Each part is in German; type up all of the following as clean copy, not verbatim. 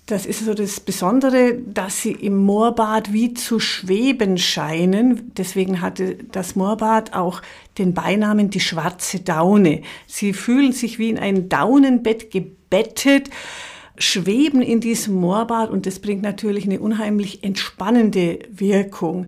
Das ist so das Besondere, dass sie im Moorbad wie zu schweben scheinen. Deswegen hatte das Moorbad auch den Beinamen die schwarze Daune. Sie fühlen sich wie in ein Daunenbett gebettet, schweben in diesem Moorbad und das bringt natürlich eine unheimlich entspannende Wirkung.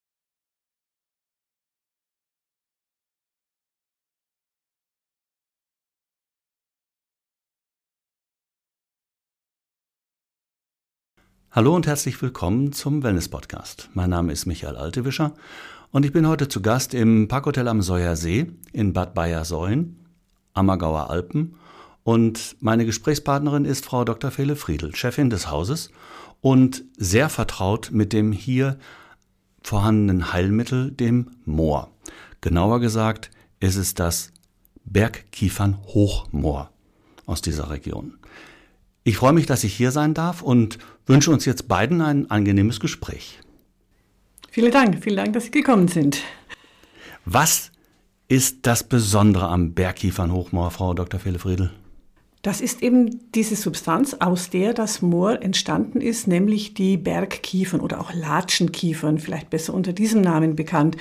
Hallo und herzlich willkommen zum Wellness-Podcast. Mein Name ist Michael Altewischer und ich bin heute zu Gast im Parkhotel am Säuersee in Bad Bayersoien, Ammergauer Alpen. Und meine Gesprächspartnerin ist Frau Dr. Fele Friedl, Chefin des Hauses und sehr vertraut mit dem hier vorhandenen Heilmittel, dem Moor. Genauer gesagt ist es das Bergkiefernhochmoor aus dieser Region. Ich freue mich, dass ich hier sein darf und wünsche uns jetzt beiden ein angenehmes Gespräch. Vielen Dank, dass Sie gekommen sind. Was ist das Besondere am Bergkiefernhochmoor, Frau Dr. Fele Friedl? Das ist eben diese Substanz, aus der das Moor entstanden ist, nämlich die Bergkiefern oder auch Latschenkiefern, vielleicht besser unter diesem Namen bekannt.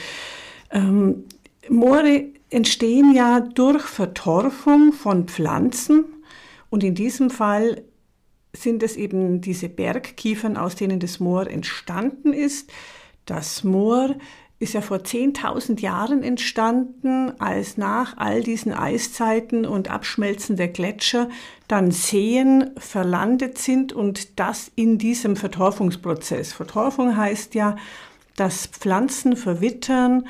Moore entstehen ja durch Vertorfung von Pflanzen und in diesem Fall sind es eben diese Bergkiefern, aus denen das Moor entstanden ist. Das Moor ist ja vor 10.000 Jahren entstanden, als nach all diesen Eiszeiten und Abschmelzen der Gletscher dann Seen verlandet sind und das in diesem Vertorfungsprozess. Vertorfung heißt ja, dass Pflanzen verwittern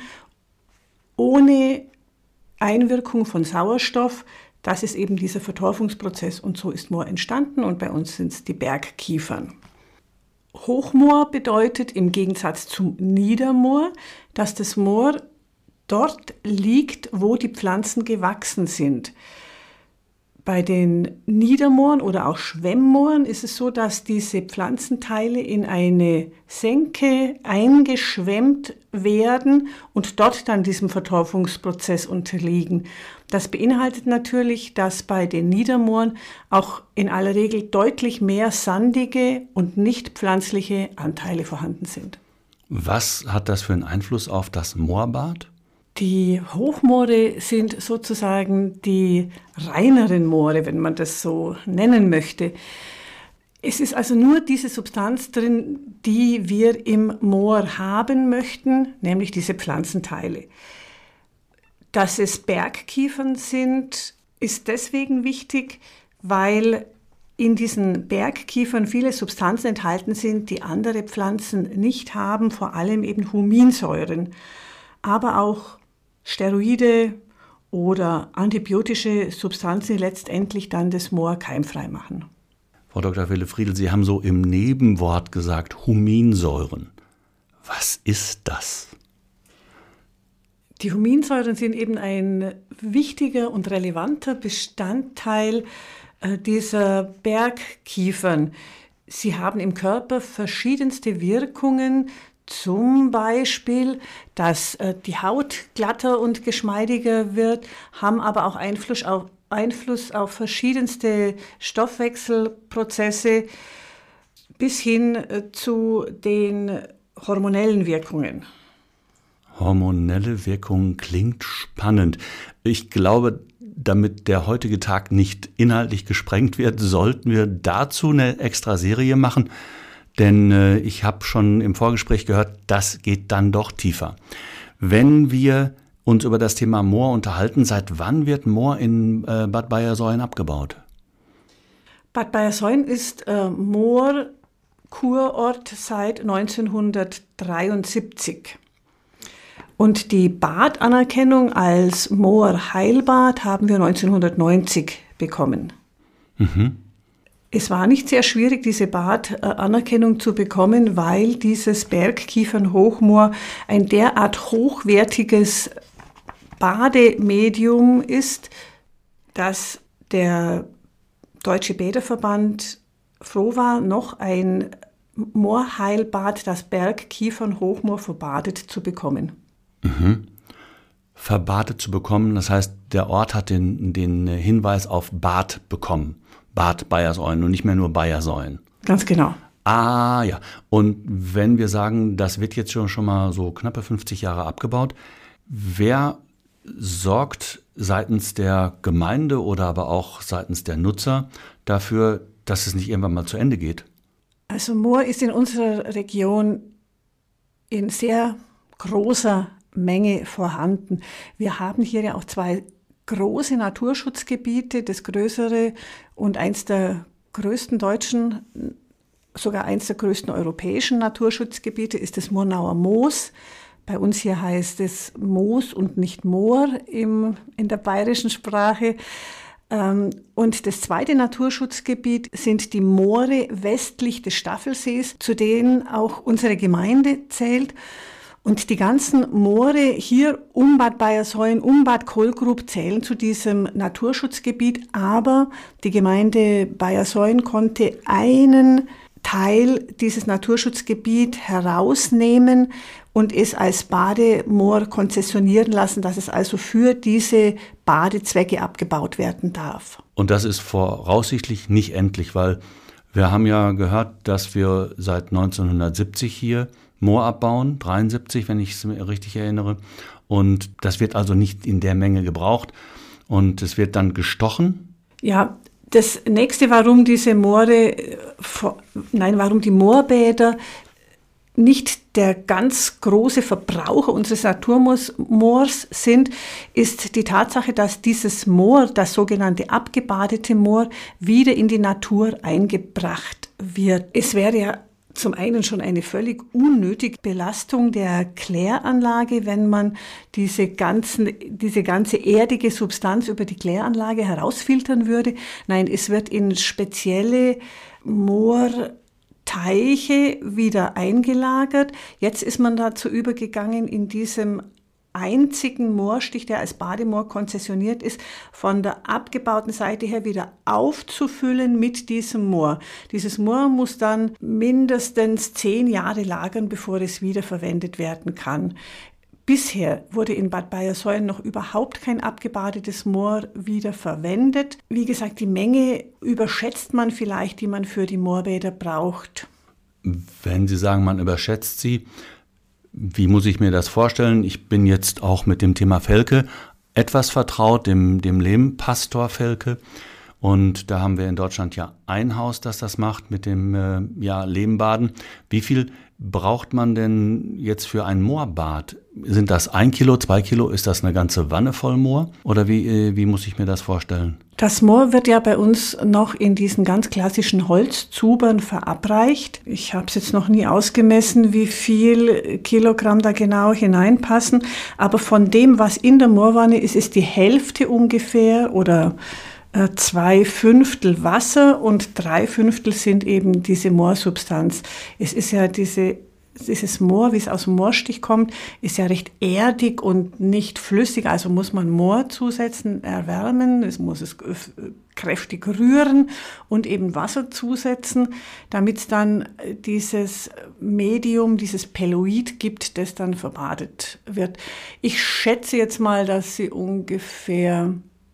ohne Einwirkung von Sauerstoff. Das ist eben dieser Vertorfungsprozess und so ist Moor entstanden und bei uns sind es die Bergkiefern. Hochmoor bedeutet im Gegensatz zum Niedermoor, dass das Moor dort liegt, wo die Pflanzen gewachsen sind. Bei den Niedermooren oder auch Schwemmmooren ist es so, dass diese Pflanzenteile in eine Senke eingeschwemmt werden und dort dann diesem Vertorfungsprozess unterliegen. Das beinhaltet natürlich, dass bei den Niedermooren auch in aller Regel deutlich mehr sandige und nicht pflanzliche Anteile vorhanden sind. Was hat das für einen Einfluss auf das Moorbad? Die Hochmoore sind sozusagen die reineren Moore, wenn man das so nennen möchte. Es ist also nur diese Substanz drin, die wir im Moor haben möchten, nämlich diese Pflanzenteile. Dass es Bergkiefern sind, ist deswegen wichtig, weil in diesen Bergkiefern viele Substanzen enthalten sind, die andere Pflanzen nicht haben, vor allem eben Huminsäuren, aber auch Steroide oder antibiotische Substanzen, die letztendlich dann das Moor keimfrei machen. Frau Dr. Fele Friedl, Sie haben so im Nebenwort gesagt, Huminsäuren. Was ist das? Die Huminsäuren sind eben ein wichtiger und relevanter Bestandteil dieser Bergkiefern. Sie haben im Körper verschiedenste Wirkungen, zum Beispiel, dass die Haut glatter und geschmeidiger wird, haben aber auch Einfluss auf verschiedenste Stoffwechselprozesse bis hin zu den hormonellen Wirkungen. Hormonelle Wirkung klingt spannend. Ich glaube, damit der heutige Tag nicht inhaltlich gesprengt wird, sollten wir dazu eine extra Serie machen. Denn ich habe schon im Vorgespräch gehört, das geht dann doch tiefer. Wenn wir uns über das Thema Moor unterhalten, seit wann wird Moor in Bad Bayersoien abgebaut? Bad Bayersoien ist Moorkurort seit 1973. Und die Badanerkennung als Moorheilbad haben wir 1990 bekommen. Mhm. Es war nicht sehr schwierig, diese Badanerkennung zu bekommen, weil dieses Bergkiefernhochmoor ein derart hochwertiges Bademedium ist, dass der Deutsche Bäderverband froh war, noch ein Moorheilbad, das Bergkiefernhochmoor, verbadet zu bekommen. Mhm. Verbadet zu bekommen, das heißt, der Ort hat den Hinweis auf Bad bekommen. Bad Bayersoien und nicht mehr nur Bayersoien. Ganz genau. Ah ja, und wenn wir sagen, das wird jetzt schon mal so knappe 50 Jahre abgebaut, wer sorgt seitens der Gemeinde oder aber auch seitens der Nutzer dafür, dass es nicht irgendwann mal zu Ende geht? Also Moor ist in unserer Region in sehr großer Menge vorhanden. Wir haben hier ja auch 2 große Naturschutzgebiete, das größere und eins der größten deutschen, sogar eins der größten europäischen Naturschutzgebiete ist das Murnauer Moos. Bei uns hier heißt es Moos und nicht Moor in der bayerischen Sprache. Und das zweite Naturschutzgebiet sind die Moore westlich des Staffelsees, zu denen auch unsere Gemeinde zählt. Und die ganzen Moore hier um Bad Bayersoien, um Bad Kohlgrub zählen zu diesem Naturschutzgebiet. Aber die Gemeinde Bayersoien konnte einen Teil dieses Naturschutzgebiet herausnehmen und es als Bademoor konzessionieren lassen, dass es also für diese Badezwecke abgebaut werden darf. Und das ist voraussichtlich nicht endlich, weil wir haben ja gehört, dass wir seit 1970 hier Moor abbauen, 73, wenn ich es mir richtig erinnere. Und das wird also nicht in der Menge gebraucht und es wird dann gestochen. Ja, das nächste, warum die Moorbäder nicht der ganz große Verbraucher unseres Naturmoors sind, ist die Tatsache, dass dieses Moor, das sogenannte abgebadete Moor, wieder in die Natur eingebracht wird. Es wäre ja zum einen schon eine völlig unnötige Belastung der Kläranlage, wenn man diese ganze erdige Substanz über die Kläranlage herausfiltern würde. Nein, es wird in spezielle Moorteiche wieder eingelagert. Jetzt ist man dazu übergegangen, in diesem einzigen Moorstich, der als Bademoor konzessioniert ist, von der abgebauten Seite her wieder aufzufüllen mit diesem Moor. Dieses Moor muss dann mindestens 10 Jahre lagern, bevor es wiederverwendet werden kann. Bisher wurde in Bad Bayersoien noch überhaupt kein abgebadetes Moor wieder verwendet. Wie gesagt, die Menge überschätzt man vielleicht, die man für die Moorbäder braucht. Wenn Sie sagen, man überschätzt sie, wie muss ich mir das vorstellen? Ich bin jetzt auch mit dem Thema Felke etwas vertraut, dem Lehmpastor Felke. Und da haben wir in Deutschland ja ein Haus, das macht mit dem Lehmbaden. Wie viel braucht man denn jetzt für ein Moorbad? Sind das 1 Kilo, 2 Kilo? Ist das eine ganze Wanne voll Moor? Oder wie muss ich mir das vorstellen? Das Moor wird ja bei uns noch in diesen ganz klassischen Holzzubern verabreicht. Ich habe es jetzt noch nie ausgemessen, wie viel Kilogramm da genau hineinpassen. Aber von dem, was in der Moorwanne ist, ist die Hälfte ungefähr oder 2/5 Wasser und 3/5 sind eben diese Moorsubstanz. Es ist ja dieses Moor, wie es aus dem Moorstich kommt, ist ja recht erdig und nicht flüssig. Also muss man Moor zusetzen, erwärmen, es muss es kräftig rühren und eben Wasser zusetzen, damit es dann dieses Medium, dieses Pelluid gibt, das dann verbadet wird. Ich schätze jetzt mal, dass sie ungefähr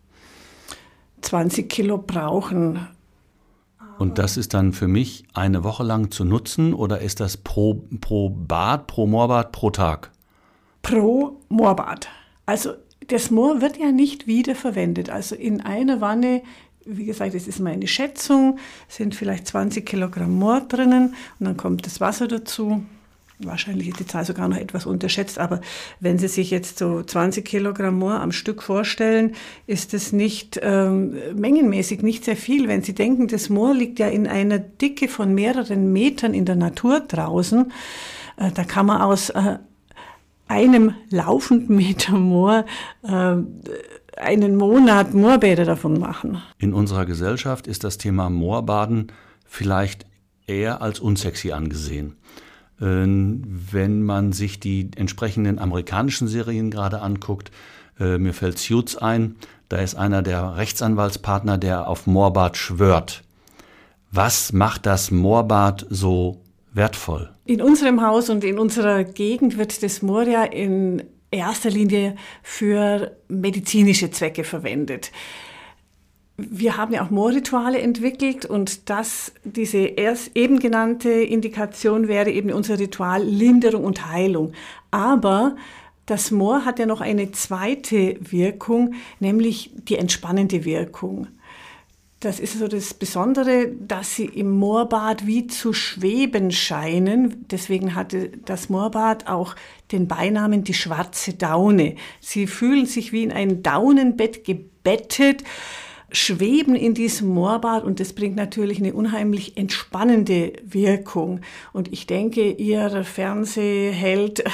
20 Kilo brauchen. Und das ist dann für mich eine Woche lang zu nutzen oder ist das pro Bad, pro Moorbad, pro Tag? Pro Moorbad. Also das Moor wird ja nicht wiederverwendet. Also in einer Wanne, wie gesagt, das ist meine Schätzung, sind vielleicht 20 Kilogramm Moor drinnen und dann kommt das Wasser dazu. Wahrscheinlich ist die Zahl sogar noch etwas unterschätzt, aber wenn Sie sich jetzt so 20 Kilogramm Moor am Stück vorstellen, ist es nicht mengenmäßig nicht sehr viel. Wenn Sie denken, das Moor liegt ja in einer Dicke von mehreren Metern in der Natur draußen, da kann man aus einem laufenden Meter Moor einen Monat Moorbäder davon machen. In unserer Gesellschaft ist das Thema Moorbaden vielleicht eher als unsexy angesehen. Wenn man sich die entsprechenden amerikanischen Serien gerade anguckt, mir fällt Suits ein, da ist einer der Rechtsanwaltspartner, der auf Moorbad schwört. Was macht das Moorbad so wertvoll? In unserem Haus und in unserer Gegend wird das Moor ja in erster Linie für medizinische Zwecke verwendet. Wir haben ja auch Moorrituale entwickelt und diese erst eben genannte Indikation wäre eben unser Ritual Linderung und Heilung. Aber das Moor hat ja noch eine zweite Wirkung, nämlich die entspannende Wirkung. Das ist so das Besondere, dass sie im Moorbad wie zu schweben scheinen. Deswegen hatte das Moorbad auch den Beinamen die schwarze Daune. Sie fühlen sich wie in ein Daunenbett gebettet, schweben in diesem Moorbad und das bringt natürlich eine unheimlich entspannende Wirkung. Und ich denke, Ihr Fernsehheld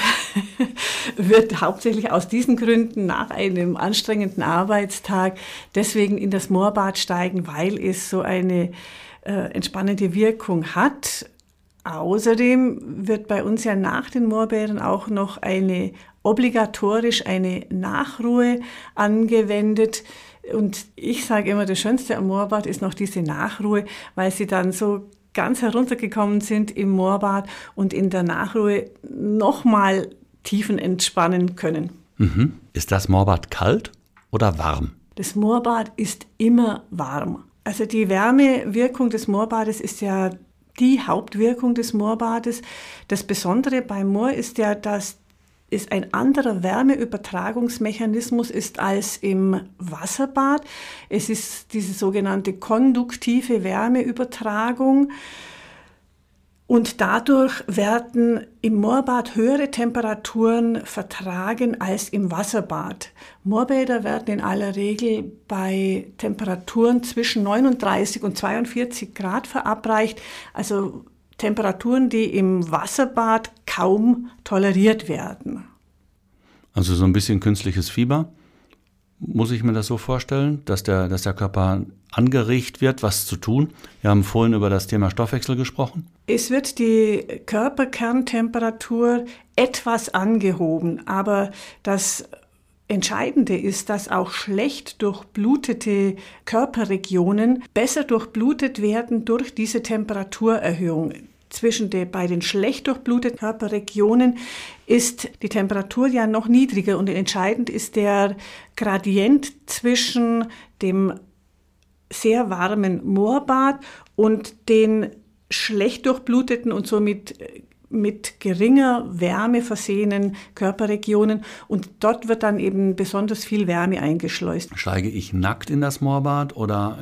wird hauptsächlich aus diesen Gründen nach einem anstrengenden Arbeitstag deswegen in das Moorbad steigen, weil es so eine entspannende Wirkung hat. Außerdem wird bei uns ja nach den Moorbädern auch noch obligatorisch eine Nachruhe angewendet. Und ich sage immer, das Schönste am Moorbad ist noch diese Nachruhe, weil sie dann so ganz heruntergekommen sind im Moorbad und in der Nachruhe nochmal tiefen entspannen können. Mhm. Ist das Moorbad kalt oder warm? Das Moorbad ist immer warm. Also die Wärmewirkung des Moorbades ist ja die Hauptwirkung des Moorbades. Das Besondere beim Moor ist ja, dass es ein anderer Wärmeübertragungsmechanismus ist als im Wasserbad. Es ist diese sogenannte konduktive Wärmeübertragung und dadurch werden im Moorbad höhere Temperaturen vertragen als im Wasserbad. Moorbäder werden in aller Regel bei Temperaturen zwischen 39 und 42 Grad verabreicht, also Temperaturen, die im Wasserbad kaum toleriert werden. Also so ein bisschen künstliches Fieber. Muss ich mir das so vorstellen, dass der Körper angeregt wird, was zu tun? Wir haben vorhin über das Thema Stoffwechsel gesprochen. Es wird die Körperkerntemperatur etwas angehoben, aber das Entscheidende ist, dass auch schlecht durchblutete Körperregionen besser durchblutet werden durch diese Temperaturerhöhung. Bei den schlecht durchbluteten Körperregionen ist die Temperatur ja noch niedriger und entscheidend ist der Gradient zwischen dem sehr warmen Moorbad und den schlecht durchbluteten und somit mit geringer Wärme versehenen Körperregionen und dort wird dann eben besonders viel Wärme eingeschleust. Steige ich nackt in das Moorbad oder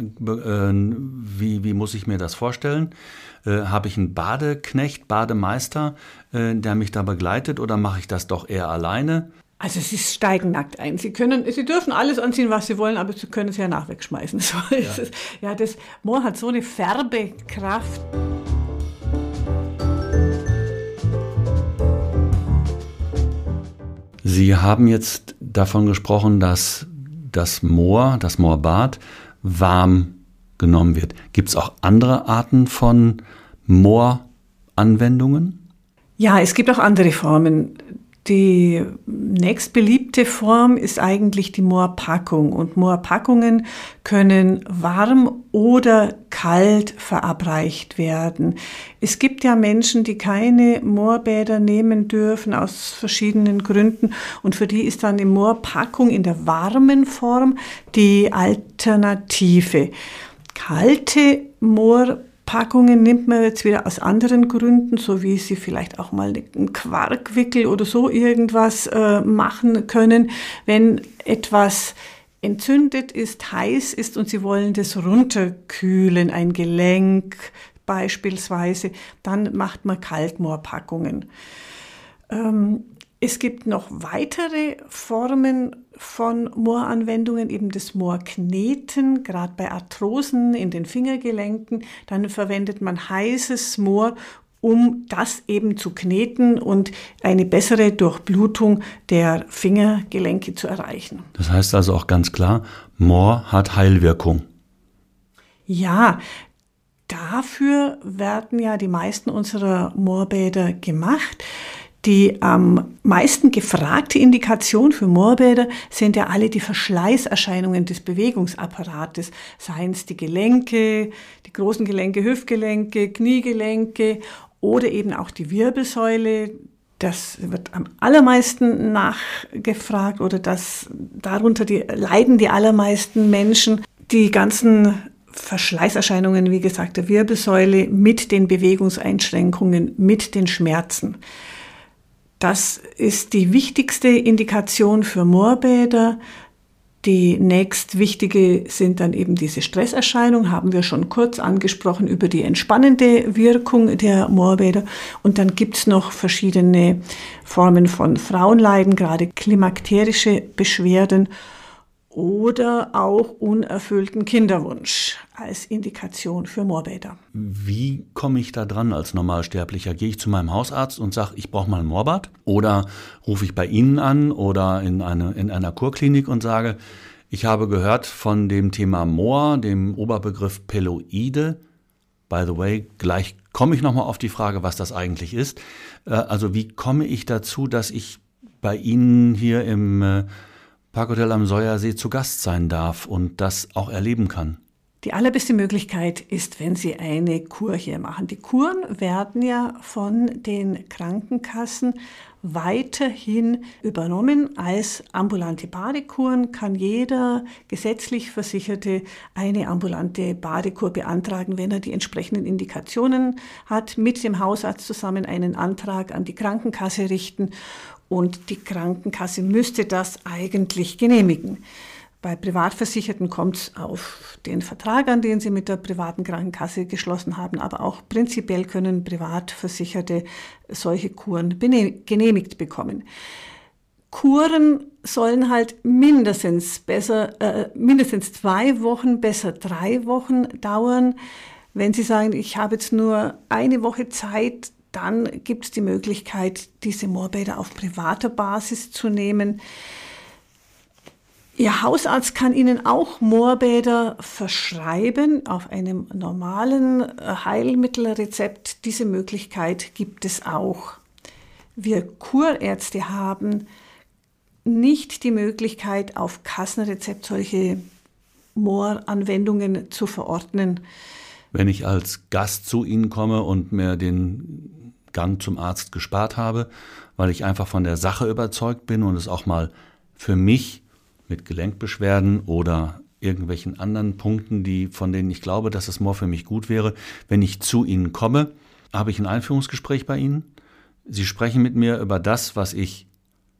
wie muss ich mir das vorstellen? Habe ich einen Badeknecht, Bademeister, der mich da begleitet oder mache ich das doch eher alleine? Also Sie steigen nackt ein. Sie dürfen alles anziehen, was Sie wollen, aber Sie können es ja nachwegschmeißen. So ist es. Ja, das Moor hat so eine Färbekraft. Sie haben jetzt davon gesprochen, dass das Moorbad, warm genommen wird. Gibt es auch andere Arten von Mooranwendungen? Ja, es gibt auch andere Formen. Die nächstbeliebte Form ist eigentlich die Moorpackung. Und Moorpackungen können warm oder kalt verabreicht werden. Es gibt ja Menschen, die keine Moorbäder nehmen dürfen aus verschiedenen Gründen. Und für die ist dann die Moorpackung in der warmen Form die Alternative. Kalte Moorpackungen nimmt man jetzt wieder aus anderen Gründen, so wie Sie vielleicht auch mal einen Quarkwickel oder so irgendwas machen können, wenn etwas entzündet ist, heiß ist und Sie wollen das runterkühlen, ein Gelenk beispielsweise, dann macht man Kaltmoorpackungen. Es gibt noch weitere Formen von Mooranwendungen, eben das Moorkneten, gerade bei Arthrosen in den Fingergelenken. Dann verwendet man heißes Moor, um das eben zu kneten und eine bessere Durchblutung der Fingergelenke zu erreichen. Das heißt also auch ganz klar, Moor hat Heilwirkung. Ja, dafür werden ja die meisten unserer Moorbäder gemacht. Die am meisten gefragte Indikation für Moorbäder sind ja alle die Verschleißerscheinungen des Bewegungsapparates, seien es die Gelenke, die großen Gelenke, Hüftgelenke, Kniegelenke oder eben auch die Wirbelsäule. Das wird am allermeisten nachgefragt oder darunter leiden die allermeisten Menschen. Die ganzen Verschleißerscheinungen, wie gesagt, der Wirbelsäule mit den Bewegungseinschränkungen, mit den Schmerzen. Das ist die wichtigste Indikation für Moorbäder. Die nächstwichtige sind dann eben diese Stresserscheinungen, haben wir schon kurz angesprochen über die entspannende Wirkung der Moorbäder. Und dann gibt es noch verschiedene Formen von Frauenleiden, gerade klimakterische Beschwerden oder auch unerfüllten Kinderwunsch als Indikation für Moorbäder. Wie komme ich da dran als Normalsterblicher? Gehe ich zu meinem Hausarzt und sage, ich brauche mal ein Moorbad? Oder rufe ich bei Ihnen an oder in einer Kurklinik und sage, ich habe gehört von dem Thema Moor, dem Oberbegriff Peloide. By the way, gleich komme ich nochmal auf die Frage, was das eigentlich ist. Also wie komme ich dazu, dass ich bei Ihnen hier im Parkhotel am Säuersee zu Gast sein darf und das auch erleben kann? Die allerbeste Möglichkeit ist, wenn Sie eine Kur hier machen. Die Kuren werden ja von den Krankenkassen weiterhin übernommen. Als ambulante Badekuren kann jeder gesetzlich Versicherte eine ambulante Badekur beantragen, wenn er die entsprechenden Indikationen hat, mit dem Hausarzt zusammen einen Antrag an die Krankenkasse richten und die Krankenkasse müsste das eigentlich genehmigen. Bei Privatversicherten kommt es auf den Vertrag an, den sie mit der privaten Krankenkasse geschlossen haben, aber auch prinzipiell können Privatversicherte solche Kuren genehmigt bekommen. Kuren sollen halt mindestens 2 Wochen, besser 3 Wochen dauern. Wenn Sie sagen, ich habe jetzt nur eine Woche Zeit, dann gibt es die Möglichkeit, diese Moorbäder auf privater Basis zu nehmen. Ihr Hausarzt kann Ihnen auch Moorbäder verschreiben auf einem normalen Heilmittelrezept. Diese Möglichkeit gibt es auch. Wir Kurärzte haben nicht die Möglichkeit, auf Kassenrezept solche Mooranwendungen zu verordnen. Wenn ich als Gast zu Ihnen komme und mir den Gang zum Arzt gespart habe, weil ich einfach von der Sache überzeugt bin und es auch mal für mich mit Gelenkbeschwerden oder irgendwelchen anderen Punkten, von denen ich glaube, dass das Moor für mich gut wäre, wenn ich zu Ihnen komme, habe ich ein Einführungsgespräch bei Ihnen. Sie sprechen mit mir über das, was ich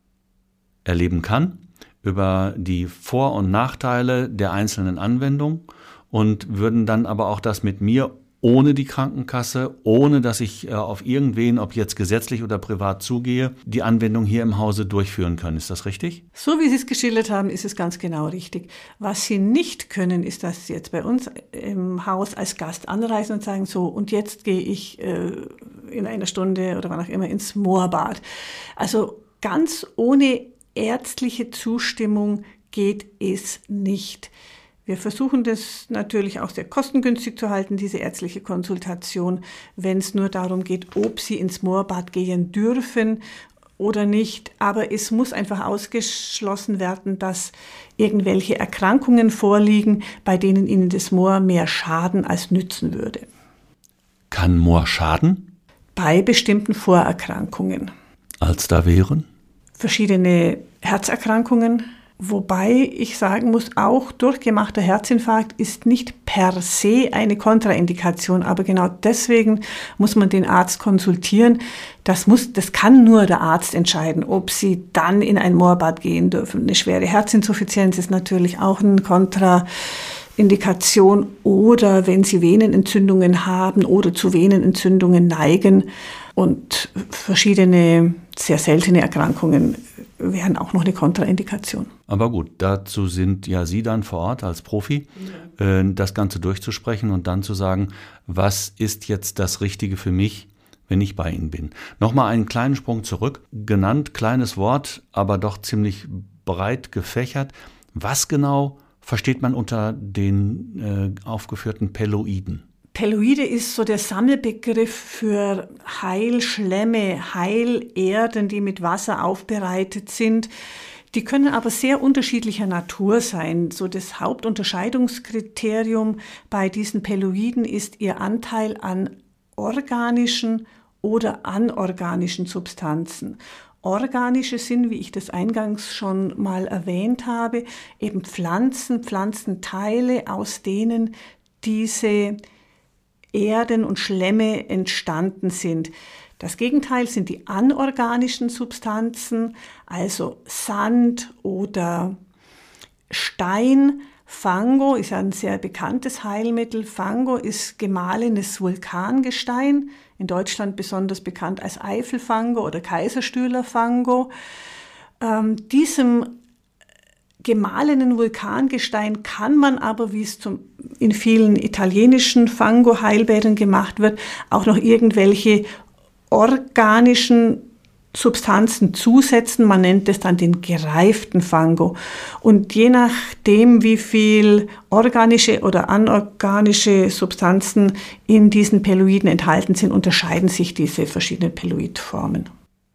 erleben kann, über die Vor- und Nachteile der einzelnen Anwendungen und würden dann aber auch das mit mir ohne die Krankenkasse, ohne dass ich auf irgendwen, ob jetzt gesetzlich oder privat zugehe, die Anwendung hier im Hause durchführen können. Ist das richtig? So wie Sie es geschildert haben, ist es ganz genau richtig. Was Sie nicht können, ist, dass Sie jetzt bei uns im Haus als Gast anreisen und sagen, so, und jetzt gehe ich in einer Stunde oder wann auch immer ins Moorbad. Also ganz ohne ärztliche Zustimmung geht es nicht. Wir versuchen das natürlich auch sehr kostengünstig zu halten, diese ärztliche Konsultation, wenn es nur darum geht, ob Sie ins Moorbad gehen dürfen oder nicht. Aber es muss einfach ausgeschlossen werden, dass irgendwelche Erkrankungen vorliegen, bei denen Ihnen das Moor mehr schaden als nützen würde. Kann Moor schaden? Bei bestimmten Vorerkrankungen. Als da wären? Verschiedene Herzerkrankungen. Wobei ich sagen muss, auch durchgemachter Herzinfarkt ist nicht per se eine Kontraindikation, aber genau deswegen muss man den Arzt konsultieren. Das kann nur der Arzt entscheiden, ob Sie dann in ein Moorbad gehen dürfen. Eine schwere Herzinsuffizienz ist natürlich auch eine Kontraindikation oder wenn Sie Venenentzündungen haben oder zu Venenentzündungen neigen und verschiedene sehr seltene Erkrankungen wären auch noch eine Kontraindikation. Aber gut, dazu sind ja Sie dann vor Ort als Profi, das Ganze durchzusprechen und dann zu sagen, was ist jetzt das Richtige für mich, wenn ich bei Ihnen bin. Nochmal einen kleinen Sprung zurück, genannt, kleines Wort, aber doch ziemlich breit gefächert. Was genau versteht man unter den aufgeführten Peloiden? Peloide ist so der Sammelbegriff für Heilschlemme, Heilerden, die mit Wasser aufbereitet sind. Die können aber sehr unterschiedlicher Natur sein. So das Hauptunterscheidungskriterium bei diesen Peloiden ist ihr Anteil an organischen oder anorganischen Substanzen. organische sind, wie ich das eingangs schon mal erwähnt habe, eben Pflanzenteile, aus denen diese Erden und Schlemme entstanden sind. Das Gegenteil sind die anorganischen Substanzen, also Sand oder Stein. Fango ist ein sehr bekanntes Heilmittel. Fango ist gemahlenes Vulkangestein, in Deutschland besonders bekannt als Eifelfango oder Kaiserstühler Fango. Diesem gemahlenen Vulkangestein kann man aber, wie es in vielen italienischen Fango-Heilbädern gemacht wird, auch noch irgendwelche organischen Substanzen zusetzen. Man nennt es dann den gereiften Fango. Und je nachdem, wie viel organische oder anorganische Substanzen in diesen Peloiden enthalten sind, unterscheiden sich diese verschiedenen Peloidformen.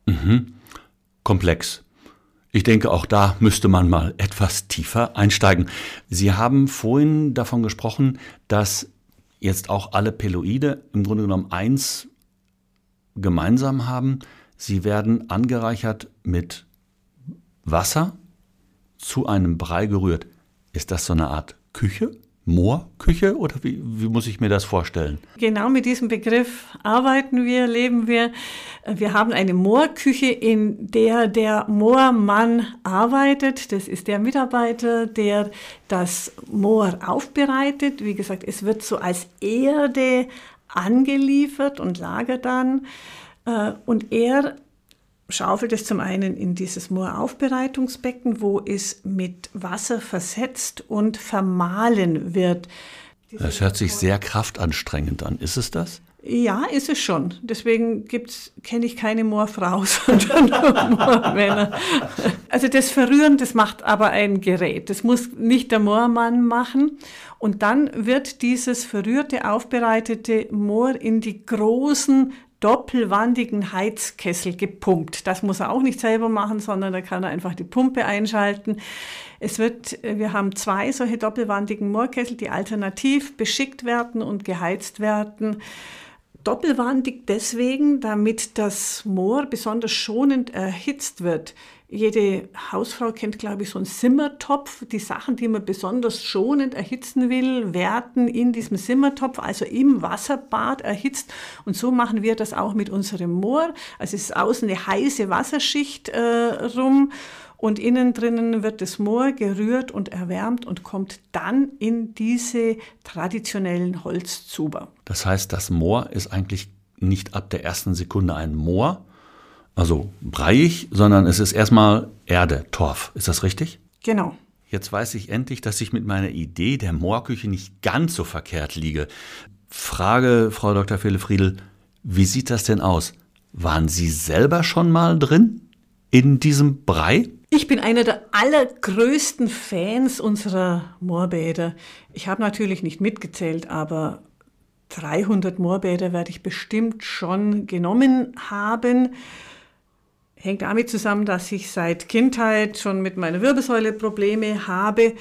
Komplex. Ich denke, auch da müsste man mal etwas tiefer einsteigen. Sie haben vorhin davon gesprochen, dass jetzt auch alle Peloide im Grunde genommen eins gemeinsam haben. Sie werden angereichert mit Wasser zu einem Brei gerührt. Ist das so eine Art Küche? Moorküche oder wie muss ich mir das vorstellen? Genau mit diesem Begriff arbeiten wir, leben wir. Wir haben eine Moorküche, in der Moormann arbeitet. Das ist der Mitarbeiter, der das Moor aufbereitet. Wie gesagt, es wird so als Erde angeliefert und lagert dann. Und er schaufelt es zum einen in dieses Mooraufbereitungsbecken, wo es mit Wasser versetzt und vermahlen wird. Das hört sich sehr kraftanstrengend an. Ist es das? Ja, ist es schon. Deswegen kenne ich keine Moorfrau, sondern nur Moormänner. Also das Verrühren, das macht aber ein Gerät. Das muss nicht der Moormann machen. Und dann wird dieses verrührte, aufbereitete Moor in die großen doppelwandigen Heizkessel gepumpt. Das muss er auch nicht selber machen, sondern da kann er einfach die Pumpe einschalten. Wir haben 2 solche doppelwandigen Moorkessel, die alternativ beschickt werden und geheizt werden. Doppelwandig deswegen, damit das Moor besonders schonend erhitzt wird. Jede Hausfrau kennt, glaube ich, so einen Simmertopf. Die Sachen, die man besonders schonend erhitzen will, werden in diesem Simmertopf, also im Wasserbad erhitzt. Und so machen wir das auch mit unserem Moor. Also es ist außen eine heiße Wasserschicht rum und innen drinnen wird das Moor gerührt und erwärmt und kommt dann in diese traditionellen Holzzuber. Das heißt, das Moor ist eigentlich nicht ab der ersten Sekunde ein Moor, also breiig, sondern es ist erstmal Erde, Torf. Ist das richtig? Genau. Jetzt weiß ich endlich, dass ich mit meiner Idee der Moorküche nicht ganz so verkehrt liege. Frage, Frau Dr. Fehle-Friedl, wie sieht das denn aus? Waren Sie selber schon mal drin in diesem Brei? Ich bin einer der allergrößten Fans unserer Moorbäder. Ich habe natürlich nicht mitgezählt, aber 300 Moorbäder werde ich bestimmt schon genommen haben. Hängt damit zusammen, dass ich seit Kindheit schon mit meiner Wirbelsäule Probleme habe.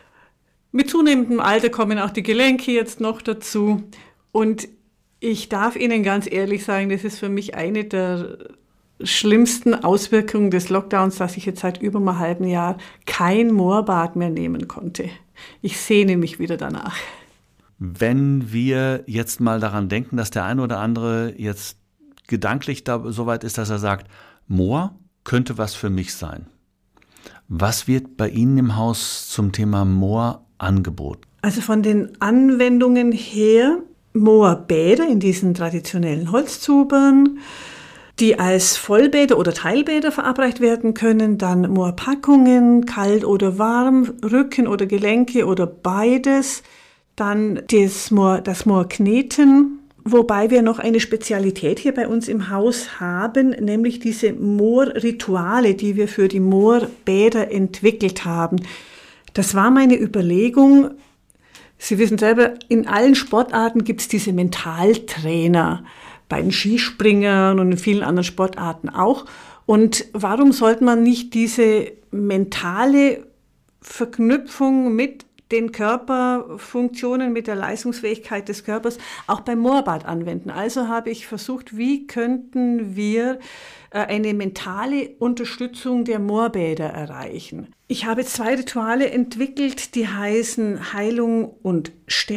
Mit zunehmendem Alter kommen auch die Gelenke jetzt noch dazu. Und ich darf Ihnen ganz ehrlich sagen, das ist für mich eine der schlimmsten Auswirkungen des Lockdowns, dass ich jetzt seit über einem halben Jahr kein Moorbad mehr nehmen konnte. Ich sehne mich wieder danach. Wenn wir jetzt mal daran denken, dass der eine oder andere jetzt gedanklich so weit ist, dass er sagt, Moor könnte was für mich sein. Was wird bei Ihnen im Haus zum Thema Moor angeboten? Also von den Anwendungen her Moorbäder in diesen traditionellen Holzzubern, die als Vollbäder oder Teilbäder verabreicht werden können, dann Moorpackungen, kalt oder warm, Rücken oder Gelenke oder beides, dann das Moorkneten, wobei wir noch eine Spezialität hier bei uns im Haus haben, nämlich diese Moorrituale, die wir für die Moorbäder entwickelt haben. Das war meine Überlegung. Sie wissen selber, in allen Sportarten gibt es diese Mentaltrainer, bei den Skispringern und in vielen anderen Sportarten auch. Und warum sollte man nicht diese mentale Verknüpfung mit den Körperfunktionen, mit der Leistungsfähigkeit des Körpers auch beim Moorbad anwenden. Also habe ich versucht, wie könnten wir eine mentale Unterstützung der Moorbäder erreichen. Ich habe 2 Rituale entwickelt, die heißen Heilung und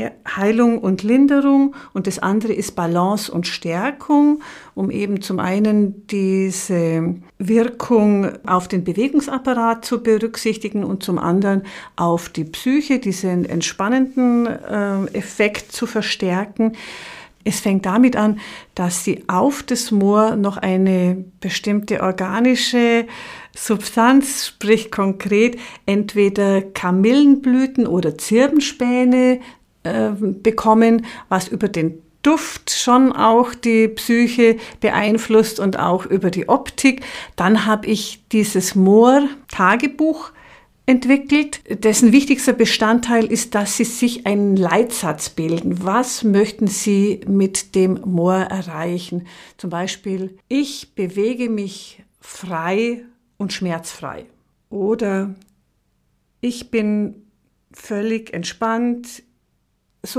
Linderung, und das andere ist Balance und Stärkung, um eben zum einen diese Wirkung auf den Bewegungsapparat zu berücksichtigen und zum anderen auf die Psyche, diesen entspannenden Effekt zu verstärken. Es fängt damit an, dass sie auf das Moor noch eine bestimmte organische Substanz, sprich konkret entweder Kamillenblüten oder Zirbenspäne bekommen, was über den Duft schon auch die Psyche beeinflusst und auch über die Optik. Dann habe ich dieses Moor-Tagebuch entwickelt, dessen wichtigster Bestandteil ist, dass Sie sich einen Leitsatz bilden. Was möchten Sie mit dem Moor erreichen? Zum Beispiel, ich bewege mich frei und schmerzfrei. Oder ich bin völlig entspannt. Es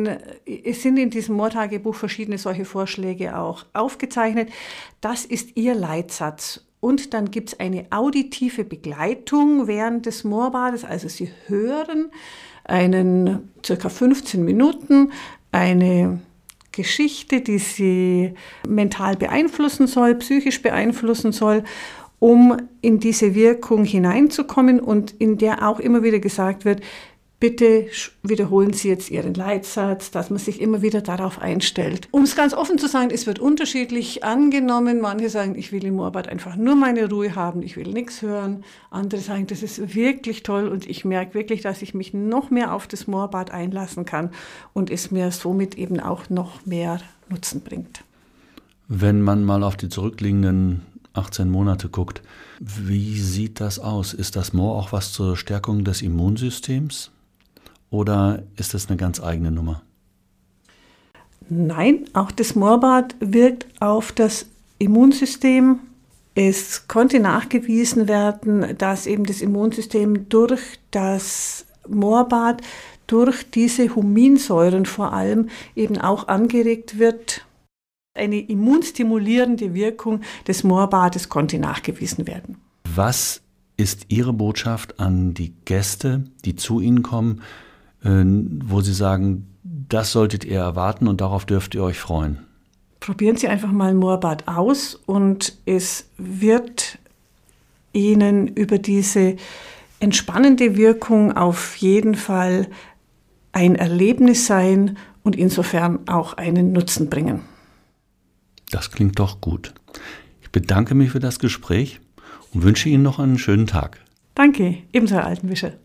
sind in diesem Moortagebuch verschiedene solche Vorschläge auch aufgezeichnet. Das ist Ihr Leitsatz. Und dann gibt es eine auditive Begleitung während des Moorbades. Also Sie hören einen circa 15 Minuten eine Geschichte, die Sie mental beeinflussen soll, psychisch beeinflussen soll, um in diese Wirkung hineinzukommen und in der auch immer wieder gesagt wird, bitte wiederholen Sie jetzt Ihren Leitsatz, dass man sich immer wieder darauf einstellt. Um es ganz offen zu sagen, es wird unterschiedlich angenommen. Manche sagen, ich will im Moorbad einfach nur meine Ruhe haben, ich will nichts hören. Andere sagen, das ist wirklich toll und ich merke wirklich, dass ich mich noch mehr auf das Moorbad einlassen kann und es mir somit eben auch noch mehr Nutzen bringt. Wenn man mal auf die zurückliegenden 18 Monate guckt, wie sieht das aus? Ist das Moor auch was zur Stärkung des Immunsystems? Oder ist das eine ganz eigene Nummer? Nein, auch das Moorbad wirkt auf das Immunsystem. Es konnte nachgewiesen werden, dass eben das Immunsystem durch das Moorbad, durch diese Huminsäuren vor allem eben auch angeregt wird. Eine immunstimulierende Wirkung des Moorbades konnte nachgewiesen werden. Was ist Ihre Botschaft an die Gäste, die zu Ihnen kommen, wo Sie sagen, das solltet ihr erwarten und darauf dürft ihr euch freuen? Probieren Sie einfach mal ein Moorbad aus und es wird Ihnen über diese entspannende Wirkung auf jeden Fall ein Erlebnis sein und insofern auch einen Nutzen bringen. Das klingt doch gut. Ich bedanke mich für das Gespräch und wünsche Ihnen noch einen schönen Tag. Danke, ebenso, Herr Altenwischer.